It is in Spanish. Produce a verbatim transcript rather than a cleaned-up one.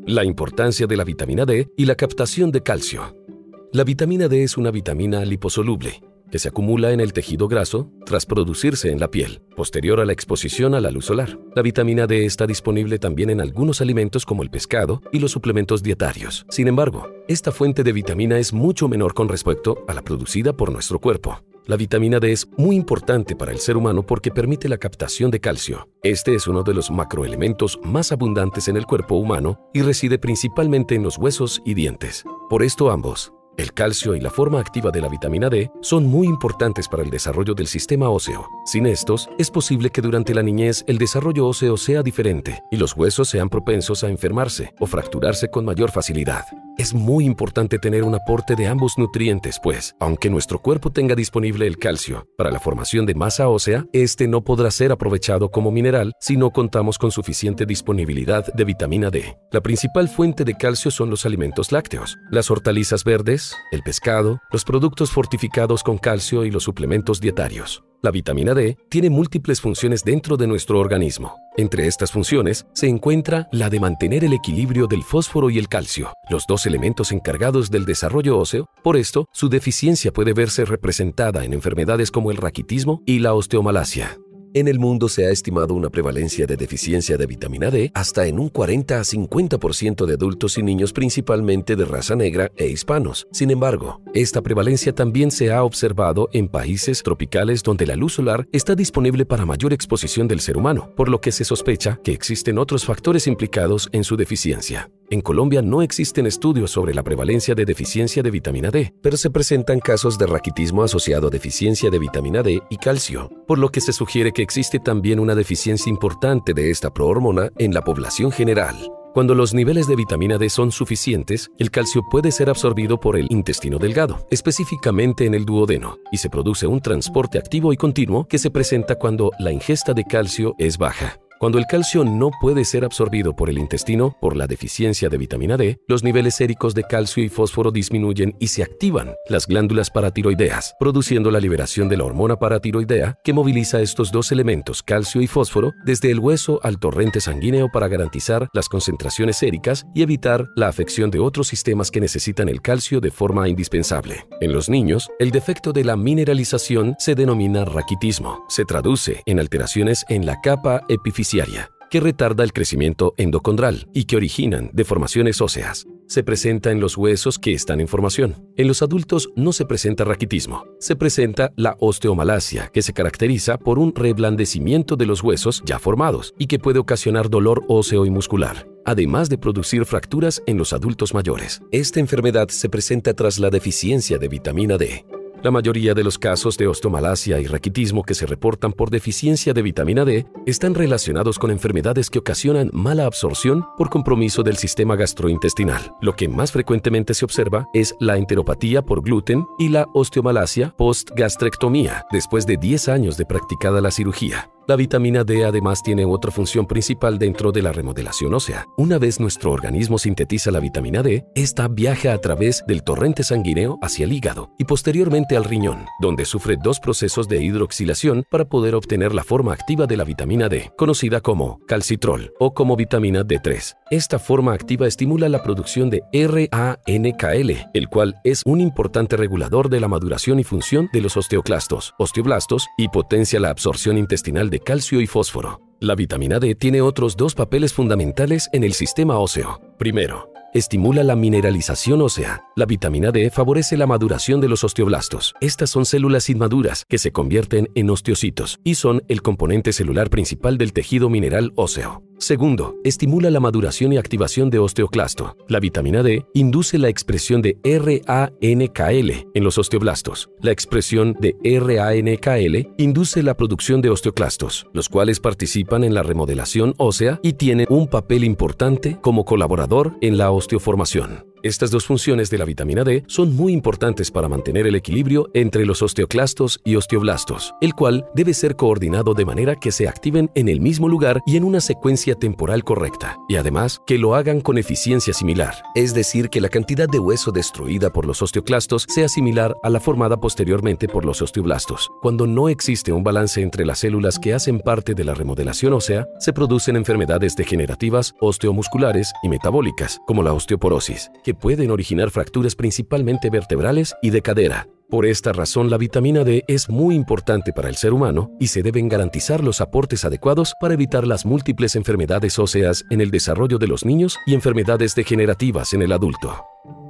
La importancia de la vitamina D y la captación de calcio. La vitamina D es una vitamina liposoluble que se acumula en el tejido graso tras producirse en la piel, posterior a la exposición a la luz solar. La vitamina D está disponible también en algunos alimentos como el pescado y los suplementos dietarios. Sin embargo, esta fuente de vitamina es mucho menor con respecto a la producida por nuestro cuerpo. La vitamina D es muy importante para el ser humano porque permite la captación de calcio. Este es uno de los macroelementos más abundantes en el cuerpo humano y reside principalmente en los huesos y dientes. Por esto ambos, el calcio y la forma activa de la vitamina D, son muy importantes para el desarrollo del sistema óseo. Sin estos, es posible que durante la niñez el desarrollo óseo sea diferente y los huesos sean propensos a enfermarse o fracturarse con mayor facilidad. Es muy importante tener un aporte de ambos nutrientes, pues, aunque nuestro cuerpo tenga disponible el calcio para la formación de masa ósea, este no podrá ser aprovechado como mineral si no contamos con suficiente disponibilidad de vitamina D. La principal fuente de calcio son los alimentos lácteos, las hortalizas verdes, el pescado, los productos fortificados con calcio y los suplementos dietarios. La vitamina D tiene múltiples funciones dentro de nuestro organismo. Entre estas funciones se encuentra la de mantener el equilibrio del fósforo y el calcio, los dos elementos encargados del desarrollo óseo. Por esto, su deficiencia puede verse representada en enfermedades como el raquitismo y la osteomalacia. En el mundo se ha estimado una prevalencia de deficiencia de vitamina D hasta en un cuarenta a cincuenta por ciento de adultos y niños, principalmente de raza negra e hispanos. Sin embargo, esta prevalencia también se ha observado en países tropicales donde la luz solar está disponible para mayor exposición del ser humano, por lo que se sospecha que existen otros factores implicados en su deficiencia. En Colombia no existen estudios sobre la prevalencia de deficiencia de vitamina D, pero se presentan casos de raquitismo asociado a deficiencia de vitamina D y calcio, por lo que se sugiere que existe también una deficiencia importante de esta prohormona en la población general. Cuando los niveles de vitamina D son suficientes, el calcio puede ser absorbido por el intestino delgado, específicamente en el duodeno, y se produce un transporte activo y continuo que se presenta cuando la ingesta de calcio es baja. Cuando el calcio no puede ser absorbido por el intestino por la deficiencia de vitamina D, los niveles séricos de calcio y fósforo disminuyen y se activan las glándulas paratiroideas, produciendo la liberación de la hormona paratiroidea que moviliza estos dos elementos, calcio y fósforo, desde el hueso al torrente sanguíneo para garantizar las concentraciones séricas y evitar la afección de otros sistemas que necesitan el calcio de forma indispensable. En los niños, el defecto de la mineralización se denomina raquitismo. Se traduce en alteraciones en la capa epifisiaria, que retarda el crecimiento endocondral y que originan deformaciones óseas. Se presenta en los huesos que están en formación. En los adultos no se presenta raquitismo. Se presenta la osteomalacia, que se caracteriza por un reblandecimiento de los huesos ya formados y que puede ocasionar dolor óseo y muscular, además de producir fracturas en los adultos mayores. Esta enfermedad se presenta tras la deficiencia de vitamina D. La mayoría de los casos de osteomalacia y raquitismo que se reportan por deficiencia de vitamina D están relacionados con enfermedades que ocasionan mala absorción por compromiso del sistema gastrointestinal. Lo que más frecuentemente se observa es la enteropatía por gluten y la osteomalacia post-gastrectomía, después de diez años de practicada la cirugía. La vitamina D además tiene otra función principal dentro de la remodelación ósea. Una vez nuestro organismo sintetiza la vitamina D, esta viaja a través del torrente sanguíneo hacia el hígado y posteriormente al riñón, donde sufre dos procesos de hidroxilación para poder obtener la forma activa de la vitamina D, conocida como calcitrol o como vitamina D tres. Esta forma activa estimula la producción de R A N K L, el cual es un importante regulador de la maduración y función de los osteoclastos, osteoblastos y potencia la absorción intestinal de calcio y fósforo. La vitamina D tiene otros dos papeles fundamentales en el sistema óseo. Primero, estimula la mineralización ósea. La vitamina D favorece la maduración de los osteoblastos. Estas son células inmaduras que se convierten en osteocitos y son el componente celular principal del tejido mineral óseo. Segundo, estimula la maduración y activación de osteoclasto. La vitamina D induce la expresión de R A N K L en los osteoblastos. La expresión de R A N K L induce la producción de osteoclastos, los cuales participan en la remodelación ósea y tienen un papel importante como colaborador en la osteoformación. Estas dos funciones de la vitamina D son muy importantes para mantener el equilibrio entre los osteoclastos y osteoblastos, el cual debe ser coordinado de manera que se activen en el mismo lugar y en una secuencia temporal correcta, y además que lo hagan con eficiencia similar, es decir, que la cantidad de hueso destruida por los osteoclastos sea similar a la formada posteriormente por los osteoblastos. Cuando no existe un balance entre las células que hacen parte de la remodelación ósea, se producen enfermedades degenerativas, osteomusculares y metabólicas, como la osteoporosis, que pueden originar fracturas principalmente vertebrales y de cadera. Por esta razón, la vitamina D es muy importante para el ser humano y se deben garantizar los aportes adecuados para evitar las múltiples enfermedades óseas en el desarrollo de los niños y enfermedades degenerativas en el adulto.